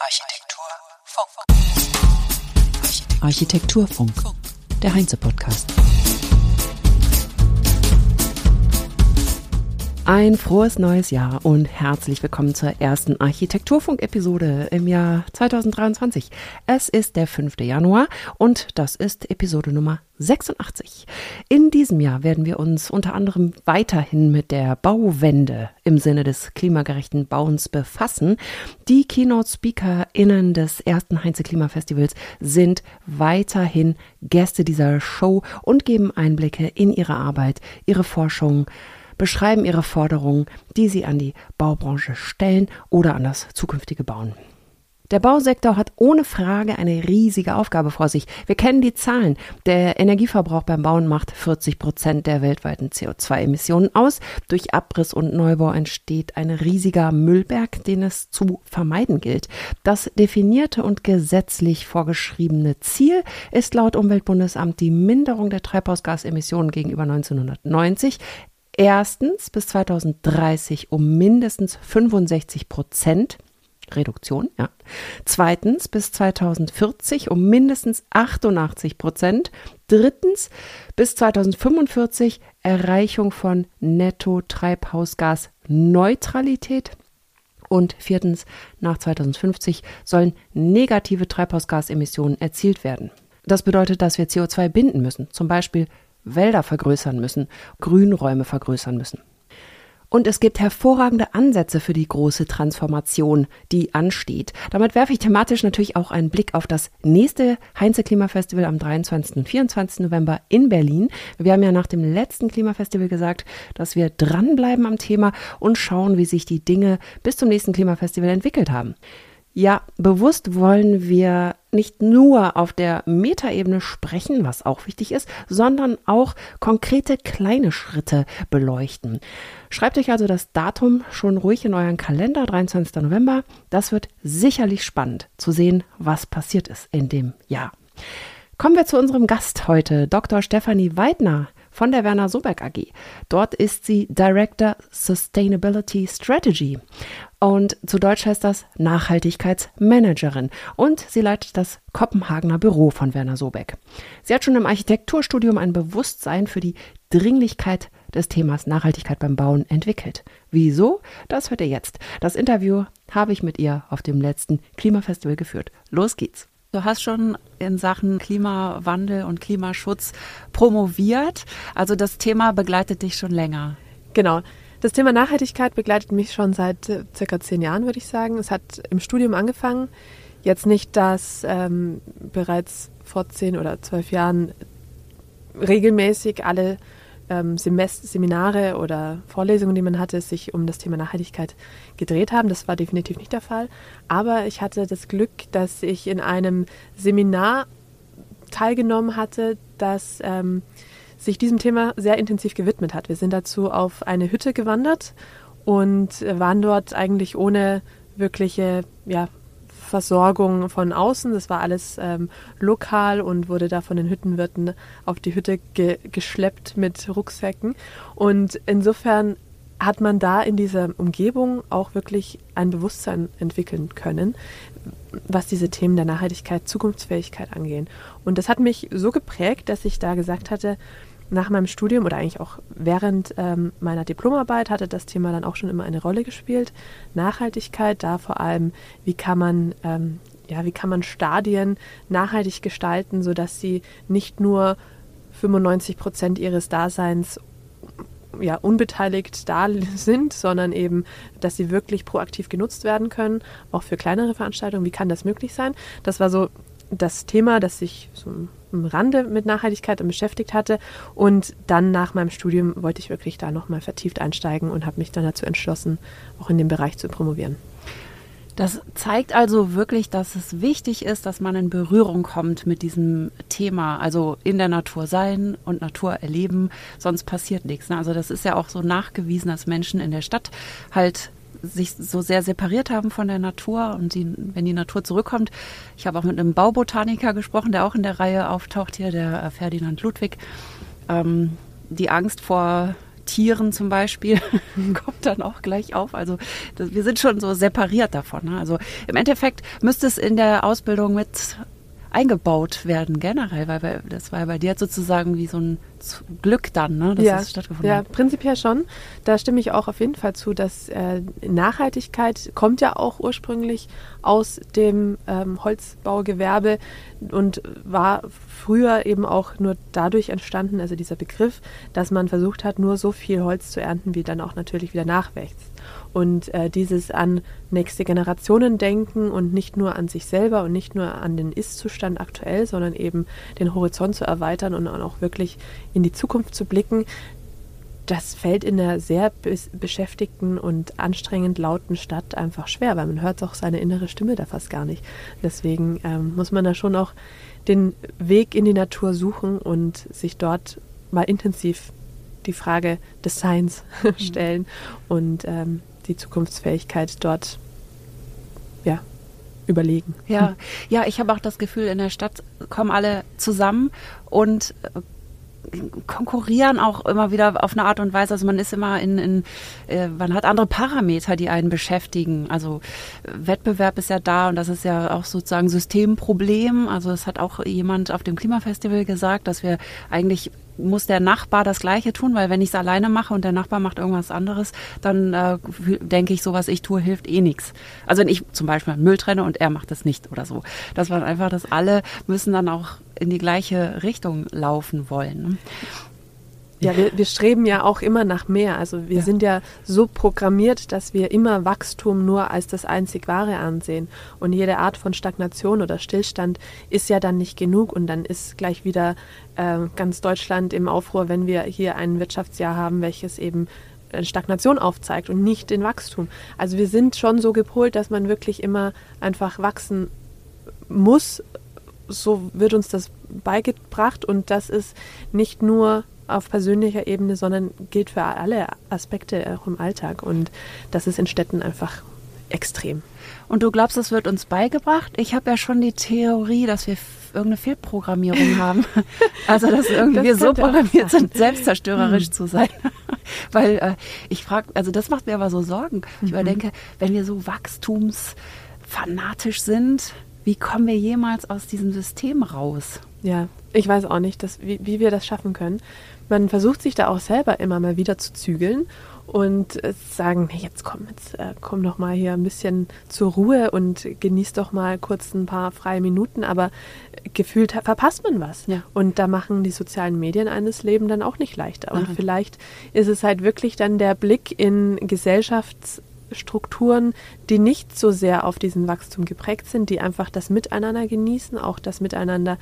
Architekturfunk, der Heinze-Podcast. Ein frohes neues Jahr und herzlich willkommen zur ersten Architekturfunk-Episode im Jahr 2023. Es ist der 5. Januar und das ist Episode Nummer 86. In diesem Jahr werden wir uns unter anderem weiterhin mit der Bauwende im Sinne des klimagerechten Bauens befassen. Die Keynote-SpeakerInnen des ersten Heinze-Klima-Festivals sind weiterhin Gäste dieser Show und geben Einblicke in ihre Arbeit, ihre Forschung, beschreiben ihre Forderungen, die sie an die Baubranche stellen oder an das zukünftige Bauen. Der Bausektor hat ohne Frage eine riesige Aufgabe vor sich. Wir kennen die Zahlen. Der Energieverbrauch beim Bauen macht 40% der weltweiten CO2-Emissionen aus. Durch Abriss und Neubau entsteht ein riesiger Müllberg, den es zu vermeiden gilt. Das definierte und gesetzlich vorgeschriebene Ziel ist laut Umweltbundesamt die Minderung der Treibhausgasemissionen gegenüber 1990. Erstens bis 2030 um mindestens 65% Reduktion. Ja. Zweitens bis 2040 um mindestens 88%. Drittens bis 2045 Erreichung von Netto-Treibhausgasneutralität. Und viertens, nach 2050 sollen negative Treibhausgasemissionen erzielt werden. Das bedeutet, dass wir CO2 binden müssen, zum Beispiel Wälder vergrößern müssen, Grünräume vergrößern müssen. Und es gibt hervorragende Ansätze für die große Transformation, die ansteht. Damit werfe ich thematisch natürlich auch einen Blick auf das nächste Heinze-Klima-Festival am 23. und 24. November in Berlin. Wir haben ja nach dem letzten Klimafestival gesagt, dass wir dranbleiben am Thema und schauen, wie sich die Dinge bis zum nächsten Klimafestival entwickelt haben. Ja, bewusst wollen wir nicht nur auf der Metaebene sprechen, was auch wichtig ist, sondern auch konkrete kleine Schritte beleuchten. Schreibt euch also das Datum schon ruhig in euren Kalender, 23. November. Das wird sicherlich spannend zu sehen, was passiert ist in dem Jahr. Kommen wir zu unserem Gast heute, Dr. Stefanie Weidner von der Werner Soberg AG. Dort ist sie Director Sustainability Strategy. Und zu Deutsch heißt das Nachhaltigkeitsmanagerin. Und sie leitet das Kopenhagener Büro von Werner Soberg. Sie hat schon im Architekturstudium ein Bewusstsein für die Dringlichkeit des Themas Nachhaltigkeit beim Bauen entwickelt. Wieso? Das hört ihr jetzt. Das Interview habe ich mit ihr auf dem letzten Klimafestival geführt. Los geht's. Du hast schon in Sachen Klimawandel und Klimaschutz promoviert. Also das Thema begleitet dich schon länger. Genau. Das Thema Nachhaltigkeit begleitet mich schon seit circa 10 Jahren, würde ich sagen. Es hat im Studium angefangen. Jetzt nicht, dass bereits vor 10 oder 12 Jahren regelmäßig alle Seminare oder Vorlesungen, die man hatte, sich um das Thema Nachhaltigkeit gedreht haben. Das war definitiv nicht der Fall. Aber ich hatte das Glück, dass ich in einem Seminar teilgenommen hatte, das sich diesem Thema sehr intensiv gewidmet hat. Wir sind dazu auf eine Hütte gewandert und waren dort eigentlich ohne wirkliche Versorgung von außen. Das war alles lokal und wurde da von den Hüttenwirten auf die Hütte geschleppt mit Rucksäcken. Und insofern hat man da in dieser Umgebung auch wirklich ein Bewusstsein entwickeln können, was diese Themen der Nachhaltigkeit, Zukunftsfähigkeit angehen. Und das hat mich so geprägt, dass ich da gesagt hatte, nach meinem Studium oder eigentlich auch während meiner Diplomarbeit hatte das Thema dann auch schon immer eine Rolle gespielt. Nachhaltigkeit, da vor allem, wie kann man Stadien nachhaltig gestalten, sodass sie nicht nur 95% ihres Daseins unbeteiligt da sind, sondern eben, dass sie wirklich proaktiv genutzt werden können, auch für kleinere Veranstaltungen. Wie kann das möglich sein? Das war so das Thema, das sich so am Rande mit Nachhaltigkeit beschäftigt hatte. Und dann nach meinem Studium wollte ich wirklich da nochmal vertieft einsteigen und habe mich dann dazu entschlossen, auch in dem Bereich zu promovieren. Das zeigt also wirklich, dass es wichtig ist, dass man in Berührung kommt mit diesem Thema, also in der Natur sein und Natur erleben, sonst passiert nichts. Also das ist ja auch so nachgewiesen, dass Menschen in der Stadt halt sich so sehr separiert haben von der Natur und wenn die Natur zurückkommt. Ich habe auch mit einem Baubotaniker gesprochen, der auch in der Reihe auftaucht hier, der Ferdinand Ludwig. Die Angst vor Tieren zum Beispiel, kommt dann auch gleich auf. Also wir sind schon so separiert davon. Ne? Also im Endeffekt müsste es in der Ausbildung mit eingebaut werden generell, weil das war ja bei dir sozusagen wie so ein Glück dann, ne, dass es stattgefunden hat. Ja, prinzipiell schon. Da stimme ich auch auf jeden Fall zu, dass Nachhaltigkeit kommt ja auch ursprünglich aus dem Holzbaugewerbe und war früher eben auch nur dadurch entstanden, also dieser Begriff, dass man versucht hat, nur so viel Holz zu ernten, wie dann auch natürlich wieder nachwächst. Und dieses an nächste Generationen denken und nicht nur an sich selber und nicht nur an den Ist-Zustand aktuell, sondern eben den Horizont zu erweitern und auch wirklich in die Zukunft zu blicken, das fällt in einer sehr beschäftigten und anstrengend lauten Stadt einfach schwer, weil man hört auch seine innere Stimme da fast gar nicht. Deswegen muss man da schon auch den Weg in die Natur suchen und sich dort mal intensiv die Frage des Seins stellen und die Zukunftsfähigkeit dort überlegen. Ja, ich habe auch das Gefühl, in der Stadt kommen alle zusammen und konkurrieren auch immer wieder auf eine Art und Weise. Also man ist immer man hat andere Parameter, die einen beschäftigen. Also Wettbewerb ist ja da und das ist ja auch sozusagen Systemproblem. Also es hat auch jemand auf dem Klimafestival gesagt, dass wir eigentlich muss der Nachbar das Gleiche tun, weil wenn ich es alleine mache und der Nachbar macht irgendwas anderes, dann denke ich, so was ich tue, hilft eh nichts. Also wenn ich zum Beispiel Müll trenne und er macht das nicht oder so. Das war einfach, dass alle müssen dann auch in die gleiche Richtung laufen wollen. Ne? Ja, wir streben ja auch immer nach mehr. Also wir sind ja so programmiert, dass wir immer Wachstum nur als das einzig Wahre ansehen. Und jede Art von Stagnation oder Stillstand ist ja dann nicht genug. Und dann ist gleich wieder ganz Deutschland im Aufruhr, wenn wir hier ein Wirtschaftsjahr haben, welches eben Stagnation aufzeigt und nicht den Wachstum. Also wir sind schon so gepolt, dass man wirklich immer einfach wachsen muss. So wird uns das beigebracht. Und das ist nicht nur auf persönlicher Ebene, sondern gilt für alle Aspekte auch im Alltag. Und das ist in Städten einfach extrem. Und du glaubst, das wird uns beigebracht? Ich habe ja schon die Theorie, dass wir irgendeine Fehlprogrammierung haben. Also, dass irgendwie wir so programmiert sind, selbstzerstörerisch zu sein. Weil ich frage, also das macht mir aber so Sorgen. Ich überdenke, wenn wir so wachstumsfanatisch sind, wie kommen wir jemals aus diesem System raus? Ja, ich weiß auch nicht, wie wir das schaffen können. Man versucht sich da auch selber immer mal wieder zu zügeln und sagen, hey, jetzt komm doch mal hier ein bisschen zur Ruhe und genieß doch mal kurz ein paar freie Minuten, aber gefühlt verpasst man was. Ja. Und da machen die sozialen Medien eines Leben dann auch nicht leichter. Und vielleicht ist es halt wirklich dann der Blick in Gesellschaftsstrukturen, die nicht so sehr auf diesen Wachstum geprägt sind, die einfach das Miteinander genießen, auch das Miteinander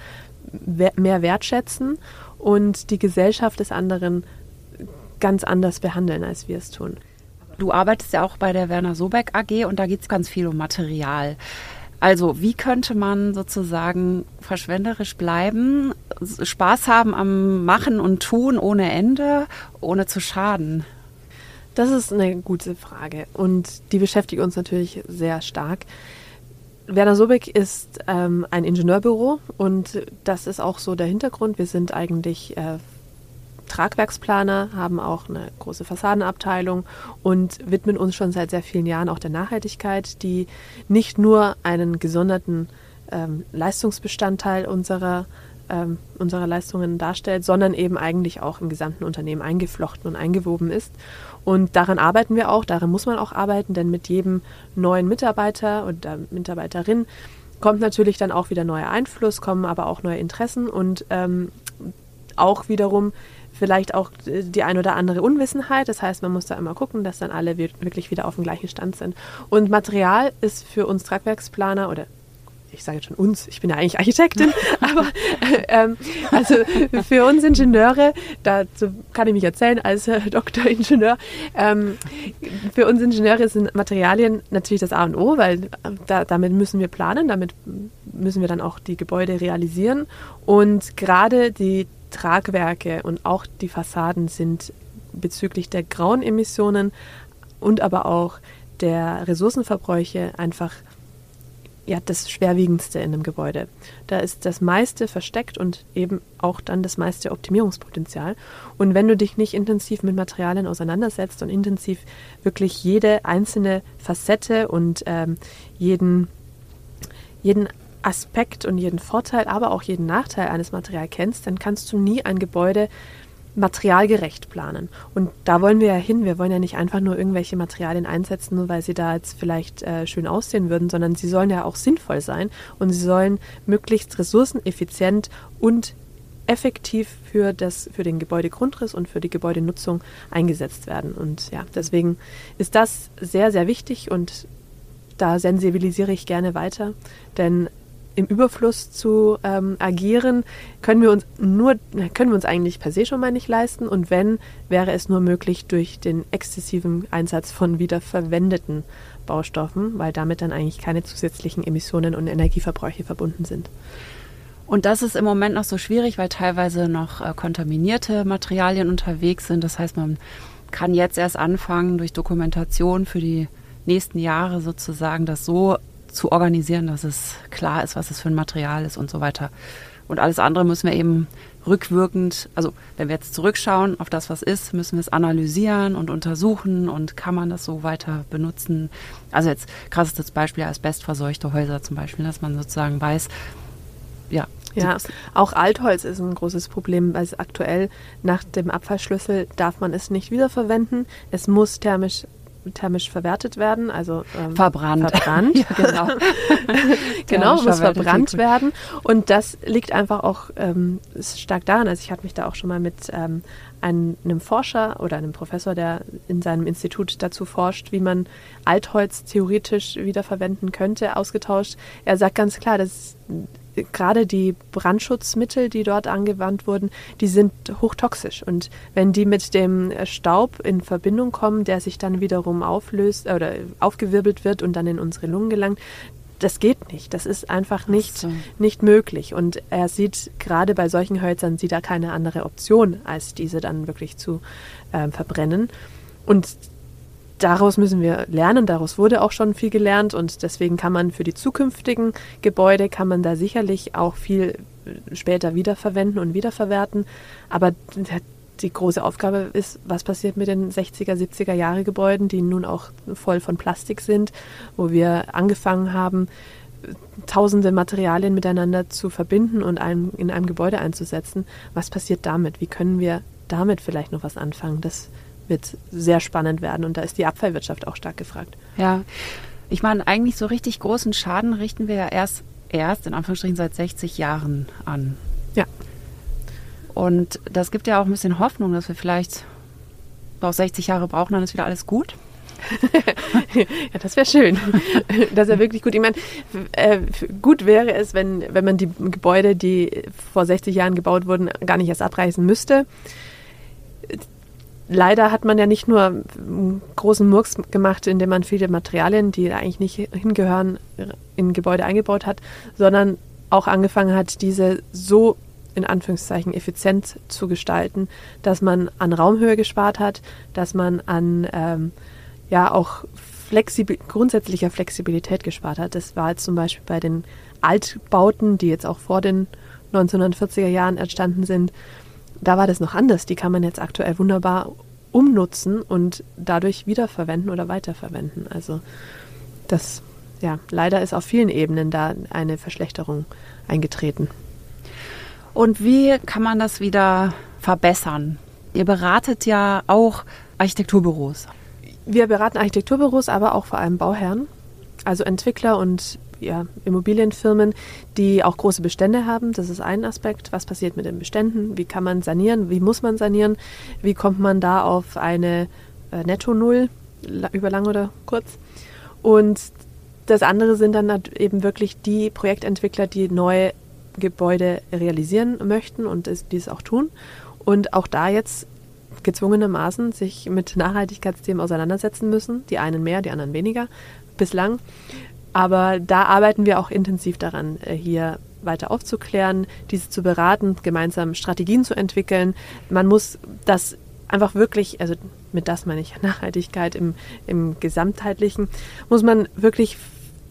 mehr wertschätzen und die Gesellschaft des anderen ganz anders behandeln, als wir es tun. Du arbeitest ja auch bei der Werner Sobeck AG und da geht es ganz viel um Material. Also wie könnte man sozusagen verschwenderisch bleiben, Spaß haben am Machen und Tun ohne Ende, ohne zu schaden? Das ist eine gute Frage und die beschäftigt uns natürlich sehr stark. Werner Sobeck ist ein Ingenieurbüro und das ist auch so der Hintergrund. Wir sind eigentlich Tragwerksplaner, haben auch eine große Fassadenabteilung und widmen uns schon seit sehr vielen Jahren auch der Nachhaltigkeit, die nicht nur einen gesonderten Leistungsbestandteil unserer Leistungen darstellt, sondern eben eigentlich auch im gesamten Unternehmen eingeflochten und eingewoben ist. Und daran arbeiten wir auch, daran muss man auch arbeiten, denn mit jedem neuen Mitarbeiter oder Mitarbeiterin kommt natürlich dann auch wieder neuer Einfluss, kommen aber auch neue Interessen und auch wiederum vielleicht auch die ein oder andere Unwissenheit. Das heißt, man muss da immer gucken, dass dann alle wirklich wieder auf dem gleichen Stand sind. Und Material ist für uns Tragwerksplaner oder ich sage jetzt schon uns, ich bin ja eigentlich Architektin, aber also für uns Ingenieure, dazu kann ich mich erzählen als Doktoringenieur, für uns Ingenieure sind Materialien natürlich das A und O, weil damit müssen wir planen, damit müssen wir dann auch die Gebäude realisieren und gerade die Tragwerke und auch die Fassaden sind bezüglich der grauen Emissionen und aber auch der Ressourcenverbräuche einfach das Schwerwiegendste in einem Gebäude. Da ist das meiste versteckt und eben auch dann das meiste Optimierungspotenzial. Und wenn du dich nicht intensiv mit Materialien auseinandersetzt und intensiv wirklich jede einzelne Facette und jeden Aspekt und jeden Vorteil, aber auch jeden Nachteil eines Materials kennst, dann kannst du nie ein Gebäude materialgerecht planen. Und da wollen wir ja hin. Wir wollen ja nicht einfach nur irgendwelche Materialien einsetzen, nur weil sie da jetzt vielleicht schön aussehen würden, sondern sie sollen ja auch sinnvoll sein und sie sollen möglichst ressourceneffizient und effektiv für den Gebäudegrundriss und für die Gebäudenutzung eingesetzt werden. Und ja, deswegen ist das sehr, sehr wichtig und da sensibilisiere ich gerne weiter, denn im Überfluss zu agieren, können wir uns eigentlich per se schon mal nicht leisten. Und wenn, wäre es nur möglich durch den exzessiven Einsatz von wiederverwendeten Baustoffen, weil damit dann eigentlich keine zusätzlichen Emissionen und Energieverbräuche verbunden sind. Und das ist im Moment noch so schwierig, weil teilweise noch kontaminierte Materialien unterwegs sind. Das heißt, man kann jetzt erst anfangen, durch Dokumentation für die nächsten Jahre sozusagen das so zu organisieren, dass es klar ist, was es für ein Material ist und so weiter. Und alles andere müssen wir eben rückwirkend, also wenn wir jetzt zurückschauen auf das, was ist, müssen wir es analysieren und untersuchen und kann man das so weiter benutzen. Also jetzt krassestes Beispiel asbestverseuchte Häuser zum Beispiel, dass man sozusagen weiß, ja. Ja, auch Altholz ist ein großes Problem, weil es aktuell nach dem Abfallschlüssel darf man es nicht wiederverwenden. Es muss thermisch verwertet werden, also verbrannt. Ja, genau. Genau, muss verbrannt werden. Und das liegt einfach auch stark daran, also ich habe mich da auch schon mal mit einem Forscher oder einem Professor, der in seinem Institut dazu forscht, wie man Altholz theoretisch wiederverwenden könnte, ausgetauscht. Er sagt ganz klar, dass gerade die Brandschutzmittel, die dort angewandt wurden, die sind hochtoxisch. Und wenn die mit dem Staub in Verbindung kommen, der sich dann wiederum auflöst oder aufgewirbelt wird und dann in unsere Lungen gelangt, das geht nicht. Das ist einfach nicht möglich. Und er sieht, gerade bei solchen Hölzern, sieht er keine andere Option, als diese dann wirklich zu verbrennen. Und daraus müssen wir lernen, daraus wurde auch schon viel gelernt und deswegen kann man für die zukünftigen Gebäude, kann man da sicherlich auch viel später wiederverwenden und wiederverwerten, aber die große Aufgabe ist, was passiert mit den 60er, 70er Jahre Gebäuden, die nun auch voll von Plastik sind, wo wir angefangen haben, tausende Materialien miteinander zu verbinden und in einem Gebäude einzusetzen. Was passiert damit? Wie können wir damit vielleicht noch was anfangen? Das wird sehr spannend werden und da ist die Abfallwirtschaft auch stark gefragt. Ja, ich meine, eigentlich so richtig großen Schaden richten wir ja erst in Anführungsstrichen seit 60 Jahren an. Ja. Und das gibt ja auch ein bisschen Hoffnung, dass wir vielleicht noch 60 Jahre brauchen, dann ist wieder alles gut. Ja, das wäre schön. Das wäre wirklich gut. Ich meine, gut wäre es, wenn man die Gebäude, die vor 60 Jahren gebaut wurden, gar nicht erst abreißen müsste. Leider hat man ja nicht nur einen großen Murks gemacht, indem man viele Materialien, die eigentlich nicht hingehören, in Gebäude eingebaut hat, sondern auch angefangen hat, diese so in Anführungszeichen effizient zu gestalten, dass man an Raumhöhe gespart hat, dass man an auch grundsätzlicher Flexibilität gespart hat. Das war jetzt zum Beispiel bei den Altbauten, die jetzt auch vor den 1940er Jahren entstanden sind. Da war das noch anders. Die kann man jetzt aktuell wunderbar umnutzen und dadurch wiederverwenden oder weiterverwenden. Also leider ist auf vielen Ebenen da eine Verschlechterung eingetreten. Und wie kann man das wieder verbessern? Ihr beratet ja auch Architekturbüros. Wir beraten Architekturbüros, aber auch vor allem Bauherren, also Entwickler und Immobilienfirmen, die auch große Bestände haben. Das ist ein Aspekt. Was passiert mit den Beständen? Wie kann man sanieren? Wie muss man sanieren? Wie kommt man da auf eine Netto-Null, über lang oder kurz? Und das andere sind dann eben wirklich die Projektentwickler, die neue Gebäude realisieren möchten und dies auch tun. Und auch da jetzt gezwungenermaßen sich mit Nachhaltigkeitsthemen auseinandersetzen müssen. Die einen mehr, die anderen weniger bislang. Aber da arbeiten wir auch intensiv daran, hier weiter aufzuklären, diese zu beraten, gemeinsam Strategien zu entwickeln. Man muss das einfach wirklich, also mit das meine ich Nachhaltigkeit im Gesamtheitlichen, muss man wirklich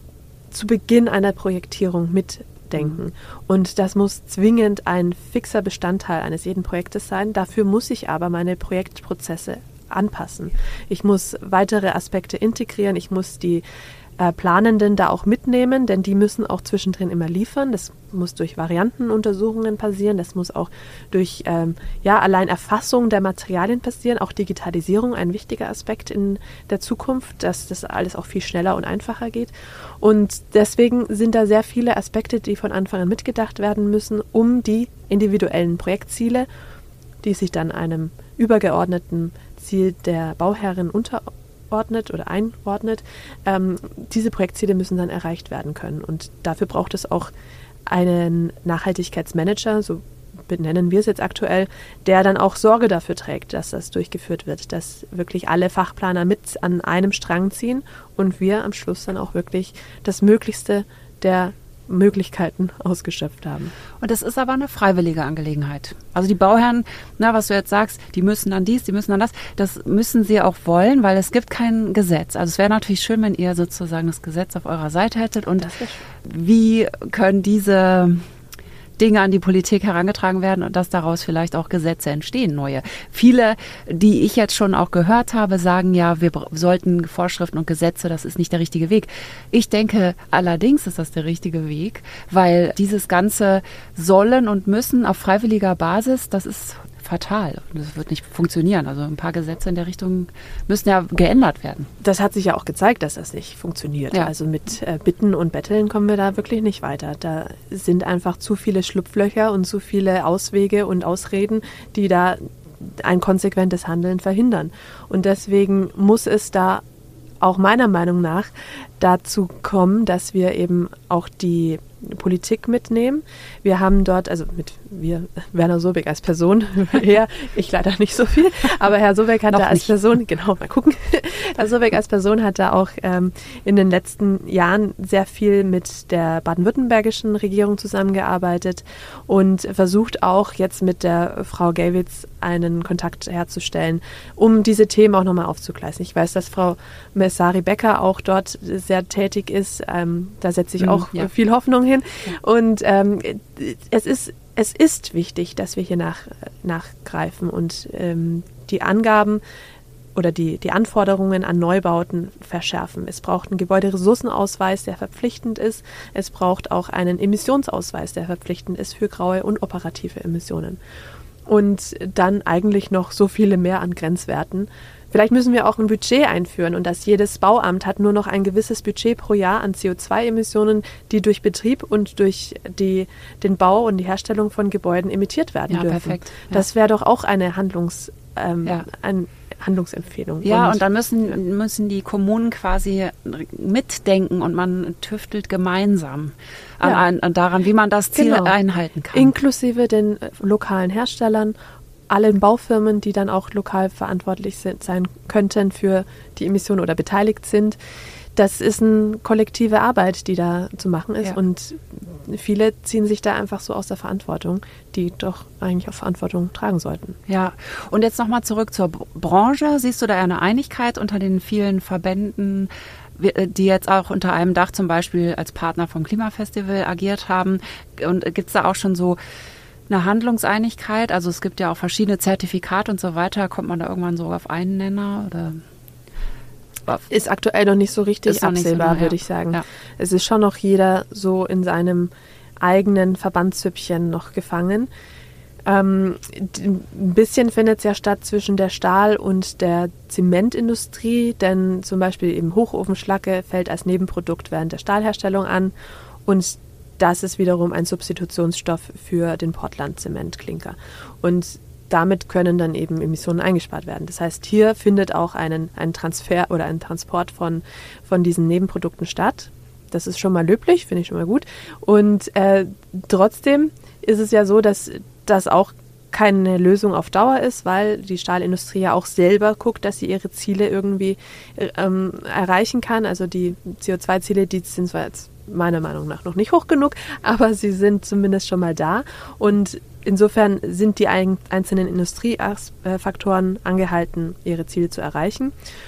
zu Beginn einer Projektierung mitdenken. Und das muss zwingend ein fixer Bestandteil eines jeden Projektes sein. Dafür muss ich aber meine Projektprozesse anpassen. Ich muss weitere Aspekte integrieren. Ich muss die Planenden da auch mitnehmen, denn die müssen auch zwischendrin immer liefern. Das muss durch Variantenuntersuchungen passieren. Das muss auch durch allein Erfassung der Materialien passieren. Auch Digitalisierung, ein wichtiger Aspekt in der Zukunft, dass das alles auch viel schneller und einfacher geht. Und deswegen sind da sehr viele Aspekte, die von Anfang an mitgedacht werden müssen, um die individuellen Projektziele, die sich dann einem übergeordneten Ziel der Bauherrin unterordnet oder einordnet, diese Projektziele müssen dann erreicht werden können. Und dafür braucht es auch einen Nachhaltigkeitsmanager, so benennen wir es jetzt aktuell, der dann auch Sorge dafür trägt, dass das durchgeführt wird, dass wirklich alle Fachplaner mit an einem Strang ziehen und wir am Schluss dann auch wirklich das Möglichste der Möglichkeiten ausgeschöpft haben. Und das ist aber eine freiwillige Angelegenheit. Also die Bauherren, was du jetzt sagst, die müssen dann dies, die müssen dann das müssen sie auch wollen, weil es gibt kein Gesetz. Also es wäre natürlich schön, wenn ihr sozusagen das Gesetz auf eurer Seite hättet. Und wie können diese Dinge an die Politik herangetragen werden und dass daraus vielleicht auch Gesetze entstehen, neue. Viele, die ich jetzt schon auch gehört habe, sagen ja, wir sollten Vorschriften und Gesetze, das ist nicht der richtige Weg. Ich denke, allerdings ist das der richtige Weg, weil dieses ganze Sollen und Müssen auf freiwilliger Basis, das ist fatal. Das wird nicht funktionieren. Also ein paar Gesetze in der Richtung müssen ja geändert werden. Das hat sich ja auch gezeigt, dass das nicht funktioniert. Ja. Also mit Bitten und Betteln kommen wir da wirklich nicht weiter. Da sind einfach zu viele Schlupflöcher und zu viele Auswege und Ausreden, die da ein konsequentes Handeln verhindern. Und deswegen muss es da auch meiner Meinung nach dazu kommen, dass wir eben auch die Politik mitnehmen. Wir haben dort, also Werner Sobeck als Person, ich leider nicht so viel, aber Herr Sobeck hat da als Person, mal gucken, Herr Sobeck als Person hat da auch in den letzten Jahren sehr viel mit der baden-württembergischen Regierung zusammengearbeitet und versucht auch jetzt mit der Frau Gellwitz einen Kontakt herzustellen, um diese Themen auch nochmal aufzugleisen. Ich weiß, dass Frau Messari-Becker auch dort sehr tätig ist. Da setze ich auch viel Hoffnung hin. Ja. Und es ist wichtig, dass wir hier nachgreifen und die Angaben oder die Anforderungen an Neubauten verschärfen. Es braucht einen Gebäuderessourcenausweis, der verpflichtend ist. Es braucht auch einen Emissionsausweis, der verpflichtend ist für graue und operative Emissionen. Und dann eigentlich noch so viele mehr an Grenzwerten. Vielleicht müssen wir auch ein Budget einführen und dass jedes Bauamt hat nur noch ein gewisses Budget pro Jahr an CO2-Emissionen, die durch Betrieb und durch den Bau und die Herstellung von Gebäuden emittiert werden dürfen. Perfekt. Ja. Das wäre doch auch eine Handlungsempfehlung. Ja, und dann müssen die Kommunen quasi mitdenken und man tüftelt gemeinsam daran, wie man das Ziel einhalten kann. Inklusive den lokalen Herstellern, allen Baufirmen, die dann auch lokal verantwortlich sein könnten für die Emissionen oder beteiligt sind. Das ist eine kollektive Arbeit, die da zu machen ist und viele ziehen sich da einfach so aus der Verantwortung, die doch eigentlich auch Verantwortung tragen sollten. Ja, und jetzt nochmal zurück zur Branche. Siehst du da eine Einigkeit unter den vielen Verbänden, die jetzt auch unter einem Dach zum Beispiel als Partner vom Klimafestival agiert haben? Und gibt es da auch schon so eine Handlungseinigkeit? Also es gibt ja auch verschiedene Zertifikate und so weiter. Kommt man da irgendwann so auf einen Nenner? Oder? Ist aktuell noch nicht so richtig absehbar, würde ich sagen. Ja. Es ist schon noch jeder so in seinem eigenen Verbandssüppchen noch gefangen. Ein bisschen findet es ja statt zwischen der Stahl- und der Zementindustrie, denn zum Beispiel eben Hochofenschlacke fällt als Nebenprodukt während der Stahlherstellung an und das ist wiederum ein Substitutionsstoff für den Portland-Zementklinker. Und damit können dann eben Emissionen eingespart werden. Das heißt, hier findet auch ein Transfer oder ein Transport von diesen Nebenprodukten statt. Das ist schon mal löblich, finde ich schon mal gut. Und trotzdem ist es ja so, dass das auch keine Lösung auf Dauer ist, weil die Stahlindustrie ja auch selber guckt, dass sie ihre Ziele irgendwie erreichen kann. Also die CO2-Ziele, die sind zwar jetzt meiner Meinung nach noch nicht hoch genug, aber sie sind zumindest schon mal da. Und insofern sind die einzelnen Industriefaktoren angehalten, ihre Ziele zu erreichen.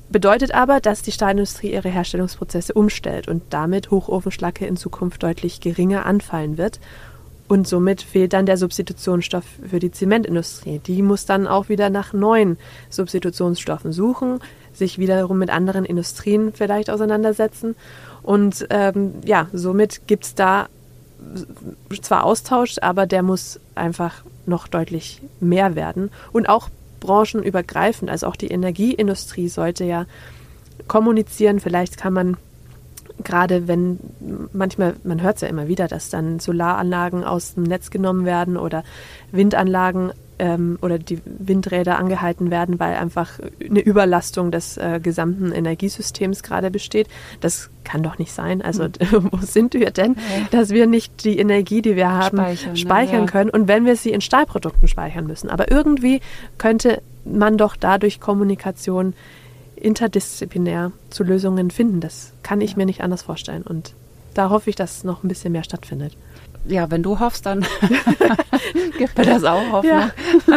Bedeutet aber, dass die Stahlindustrie ihre Herstellungsprozesse umstellt und damit Hochofenschlacke in Zukunft deutlich geringer anfallen wird. Und somit fehlt dann der Substitutionsstoff für die Zementindustrie. Die muss dann auch wieder nach neuen Substitutionsstoffen suchen, sich wiederum mit anderen Industrien vielleicht auseinandersetzen. Und somit gibt es da zwar Austausch, aber der muss einfach noch deutlich mehr werden. Und auch branchenübergreifend, also auch die Energieindustrie sollte ja kommunizieren. Vielleicht kann man gerade, wenn manchmal, man hört es ja immer wieder, dass dann Solaranlagen aus dem Netz genommen werden oder Windanlagen oder die Windräder angehalten werden, weil einfach eine Überlastung des gesamten Energiesystems gerade besteht. Das kann doch nicht sein. Also wo sind wir denn, dass wir nicht die Energie, die wir haben, speichern können und wenn wir sie in Stahlprodukten speichern müssen. Aber irgendwie könnte man doch dadurch Kommunikation interdisziplinär zu Lösungen finden. Das kann ich mir nicht anders vorstellen. Und da hoffe ich, dass noch ein bisschen mehr stattfindet. Ja, wenn du hoffst, dann gibt mir das auch Hoffnung. Ja.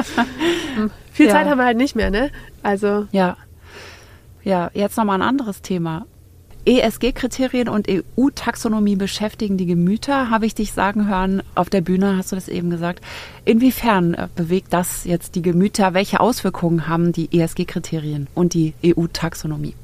Viel Zeit haben wir halt nicht mehr, ne? Also. Ja, jetzt nochmal ein anderes Thema. ESG-Kriterien und EU-Taxonomie beschäftigen die Gemüter, habe ich dich sagen hören. Auf der Bühne hast du das eben gesagt. Inwiefern bewegt das jetzt die Gemüter? Welche Auswirkungen haben die ESG-Kriterien und die EU-Taxonomie?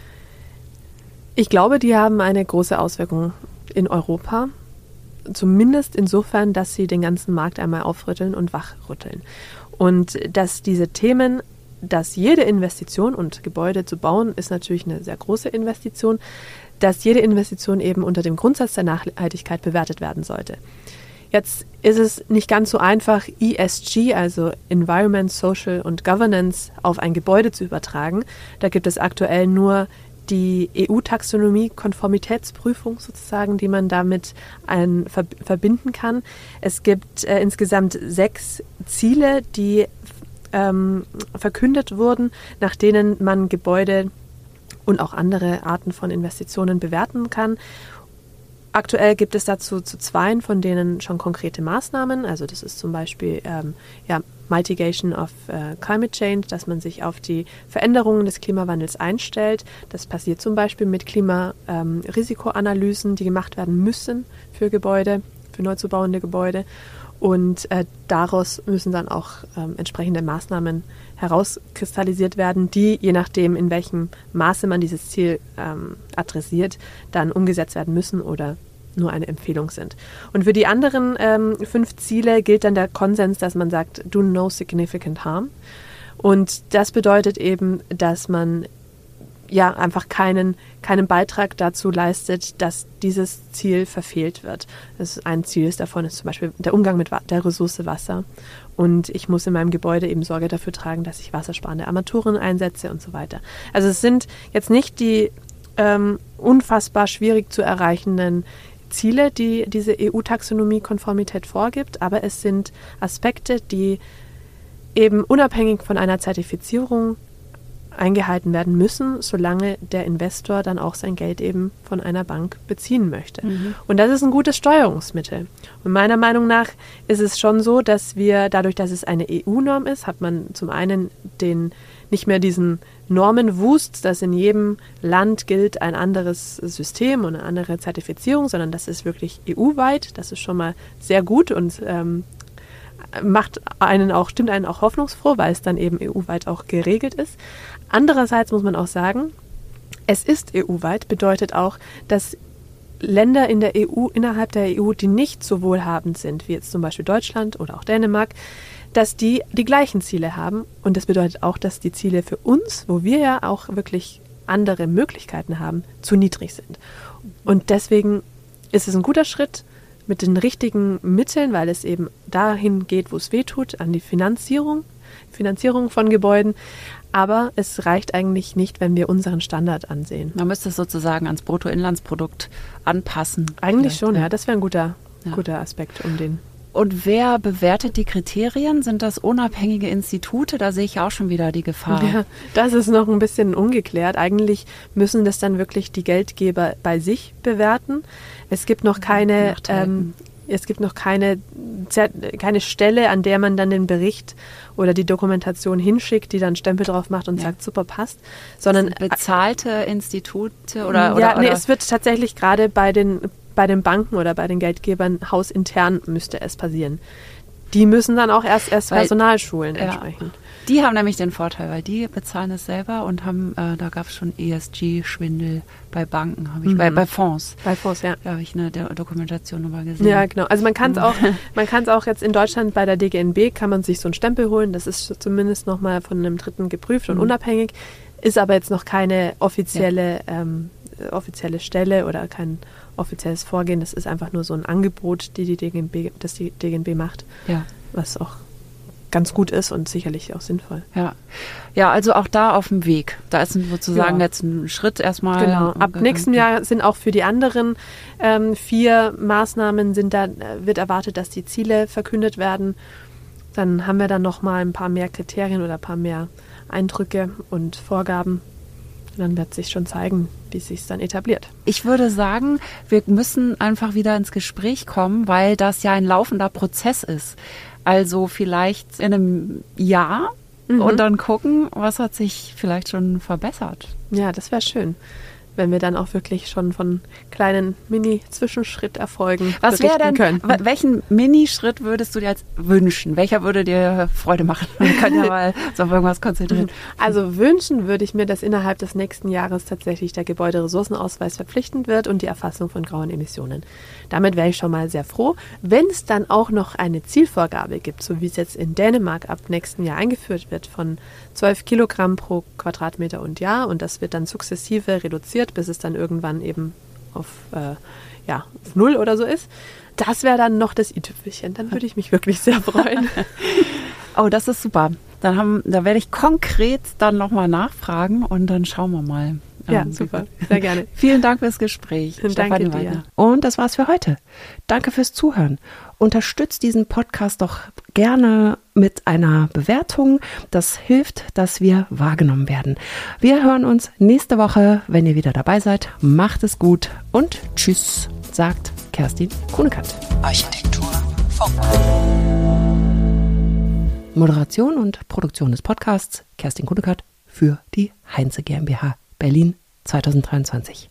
Ich glaube, die haben eine große Auswirkung in Europa. Zumindest insofern, dass sie den ganzen Markt einmal aufrütteln und wachrütteln. Und dass diese Themen, dass jede Investition, und Gebäude zu bauen, ist natürlich eine sehr große Investition, dass jede Investition eben unter dem Grundsatz der Nachhaltigkeit bewertet werden sollte. Jetzt ist es nicht ganz so einfach, ESG, also Environment, Social und Governance, auf ein Gebäude zu übertragen. Da gibt es aktuell nur die EU-Taxonomie-Konformitätsprüfung sozusagen, die man damit verbinden kann. Es gibt insgesamt 6 Ziele, die verkündet wurden, nach denen man Gebäude und auch andere Arten von Investitionen bewerten kann. Aktuell gibt es dazu zu 2 von denen schon konkrete Maßnahmen. Also das ist zum Beispiel Mitigation of Climate Change, dass man sich auf die Veränderungen des Klimawandels einstellt. Das passiert zum Beispiel mit Klimarisikoanalysen, die gemacht werden müssen für Gebäude, für neu zu bauende Gebäude. Und daraus müssen dann auch entsprechende Maßnahmen herauskristallisiert werden, die, je nachdem, in welchem Maße man dieses Ziel adressiert, dann umgesetzt werden müssen oder nur eine Empfehlung sind. Und für die anderen 5 Ziele gilt dann der Konsens, dass man sagt, do no significant harm. Und das bedeutet eben, dass man einfach keinen Beitrag dazu leistet, dass dieses Ziel verfehlt wird. Ein Ziel davon ist zum Beispiel der Umgang mit der Ressource Wasser. Und ich muss in meinem Gebäude eben Sorge dafür tragen, dass ich wassersparende Armaturen einsetze und so weiter. Also es sind jetzt nicht die unfassbar schwierig zu erreichenden Ziele, die diese EU-Taxonomie-Konformität vorgibt, aber es sind Aspekte, die eben unabhängig von einer Zertifizierung eingehalten werden müssen, solange der Investor dann auch sein Geld eben von einer Bank beziehen möchte. Und das ist ein gutes Steuerungsmittel. Und meiner Meinung nach ist es schon so, dass wir, dadurch, dass es eine EU-Norm ist, hat man zum einen nicht mehr diesen Normenwust, dass in jedem Land gilt ein anderes System und eine andere Zertifizierung, sondern das ist wirklich EU-weit. Das ist schon mal sehr gut und stimmt einen auch hoffnungsfroh, weil es dann eben EU-weit auch geregelt ist. Andererseits muss man auch sagen, es ist EU-weit, bedeutet auch, dass Länder in der EU, innerhalb der EU, die nicht so wohlhabend sind, wie jetzt zum Beispiel Deutschland oder auch Dänemark, dass die gleichen Ziele haben. Und das bedeutet auch, dass die Ziele für uns, wo wir ja auch wirklich andere Möglichkeiten haben, zu niedrig sind. Und deswegen ist es ein guter Schritt mit den richtigen Mitteln, weil es eben dahin geht, wo es weh tut, an die Finanzierung von Gebäuden. Aber es reicht eigentlich nicht, wenn wir unseren Standard ansehen. Man müsste es sozusagen ans Bruttoinlandsprodukt anpassen. Eigentlich schon, ja. Das wäre ein guter Aspekt um den. Und wer bewertet die Kriterien? Sind das unabhängige Institute? Da sehe ich auch schon wieder die Gefahr. Ja, das ist noch ein bisschen ungeklärt. Eigentlich müssen das dann wirklich die Geldgeber bei sich bewerten. Es gibt noch keine es gibt noch keine Stelle, an der man dann den Bericht oder die Dokumentation hinschickt, die dann Stempel drauf macht und sagt, super, passt. Sondern bezahlte Institute es wird tatsächlich gerade bei den Banken oder bei den Geldgebern hausintern müsste es passieren. Die müssen dann auch erst Personal schulen entsprechend. Die haben nämlich den Vorteil, weil die bezahlen es selber und haben, da gab es schon ESG-Schwindel bei Banken, bei Fonds. Bei Fonds, ja. Da habe ich eine Dokumentation nochmal gesehen. Ja, genau. Also man kann es auch jetzt in Deutschland bei der DGNB, kann man sich so einen Stempel holen. Das ist zumindest nochmal von einem Dritten geprüft und unabhängig, ist aber jetzt noch keine offizielle Stelle oder kein offizielles Vorgehen. Das ist einfach nur so ein Angebot, das die DGNB macht, was auch ganz gut ist und sicherlich auch sinnvoll. Ja, also auch da auf dem Weg. Da ist sozusagen jetzt ein Schritt erstmal. Genau. Ab nächstem Jahr sind auch für die anderen 4 Maßnahmen wird erwartet, dass die Ziele verkündet werden. Dann haben wir dann nochmal ein paar mehr Kriterien oder ein paar mehr Eindrücke und Vorgaben. Und dann wird sich schon zeigen, wie es sich dann etabliert. Ich würde sagen, wir müssen einfach wieder ins Gespräch kommen, weil das ja ein laufender Prozess ist. Also vielleicht in einem Jahr und dann gucken, was hat sich vielleicht schon verbessert. Ja, das wäre schön, wenn wir dann auch wirklich schon von kleinen Mini-Zwischenschritterfolgen berichten können. Welchen Minischritt würdest du dir jetzt wünschen? Welcher würde dir Freude machen? Wir können ja mal so auf irgendwas konzentrieren. Also wünschen würde ich mir, dass innerhalb des nächsten Jahres tatsächlich der Gebäuderessourcenausweis verpflichtend wird und die Erfassung von grauen Emissionen. Damit wäre ich schon mal sehr froh. Wenn es dann auch noch eine Zielvorgabe gibt, so wie es jetzt in Dänemark ab nächsten Jahr eingeführt wird, von 12 Kilogramm pro Quadratmeter und Jahr, und das wird dann sukzessive reduziert, bis es dann irgendwann eben auf 0 oder so ist. Das wäre dann noch das i-Tüpfelchen. Dann würde ich mich wirklich sehr freuen. Oh, das ist super. Da werde ich konkret dann nochmal nachfragen und dann schauen wir mal. Ja, super. Sehr gerne. Vielen Dank fürs Gespräch. Danke dir. Und das war's für heute. Danke fürs Zuhören. Unterstützt diesen Podcast doch gerne mit einer Bewertung. Das hilft, dass wir wahrgenommen werden. Wir hören uns nächste Woche, wenn ihr wieder dabei seid. Macht es gut und tschüss, sagt Kerstin Kuhnekert. Architektur Funk. Moderation und Produktion des Podcasts Kerstin Kuhnekert für die Heinze GmbH Berlin 2023.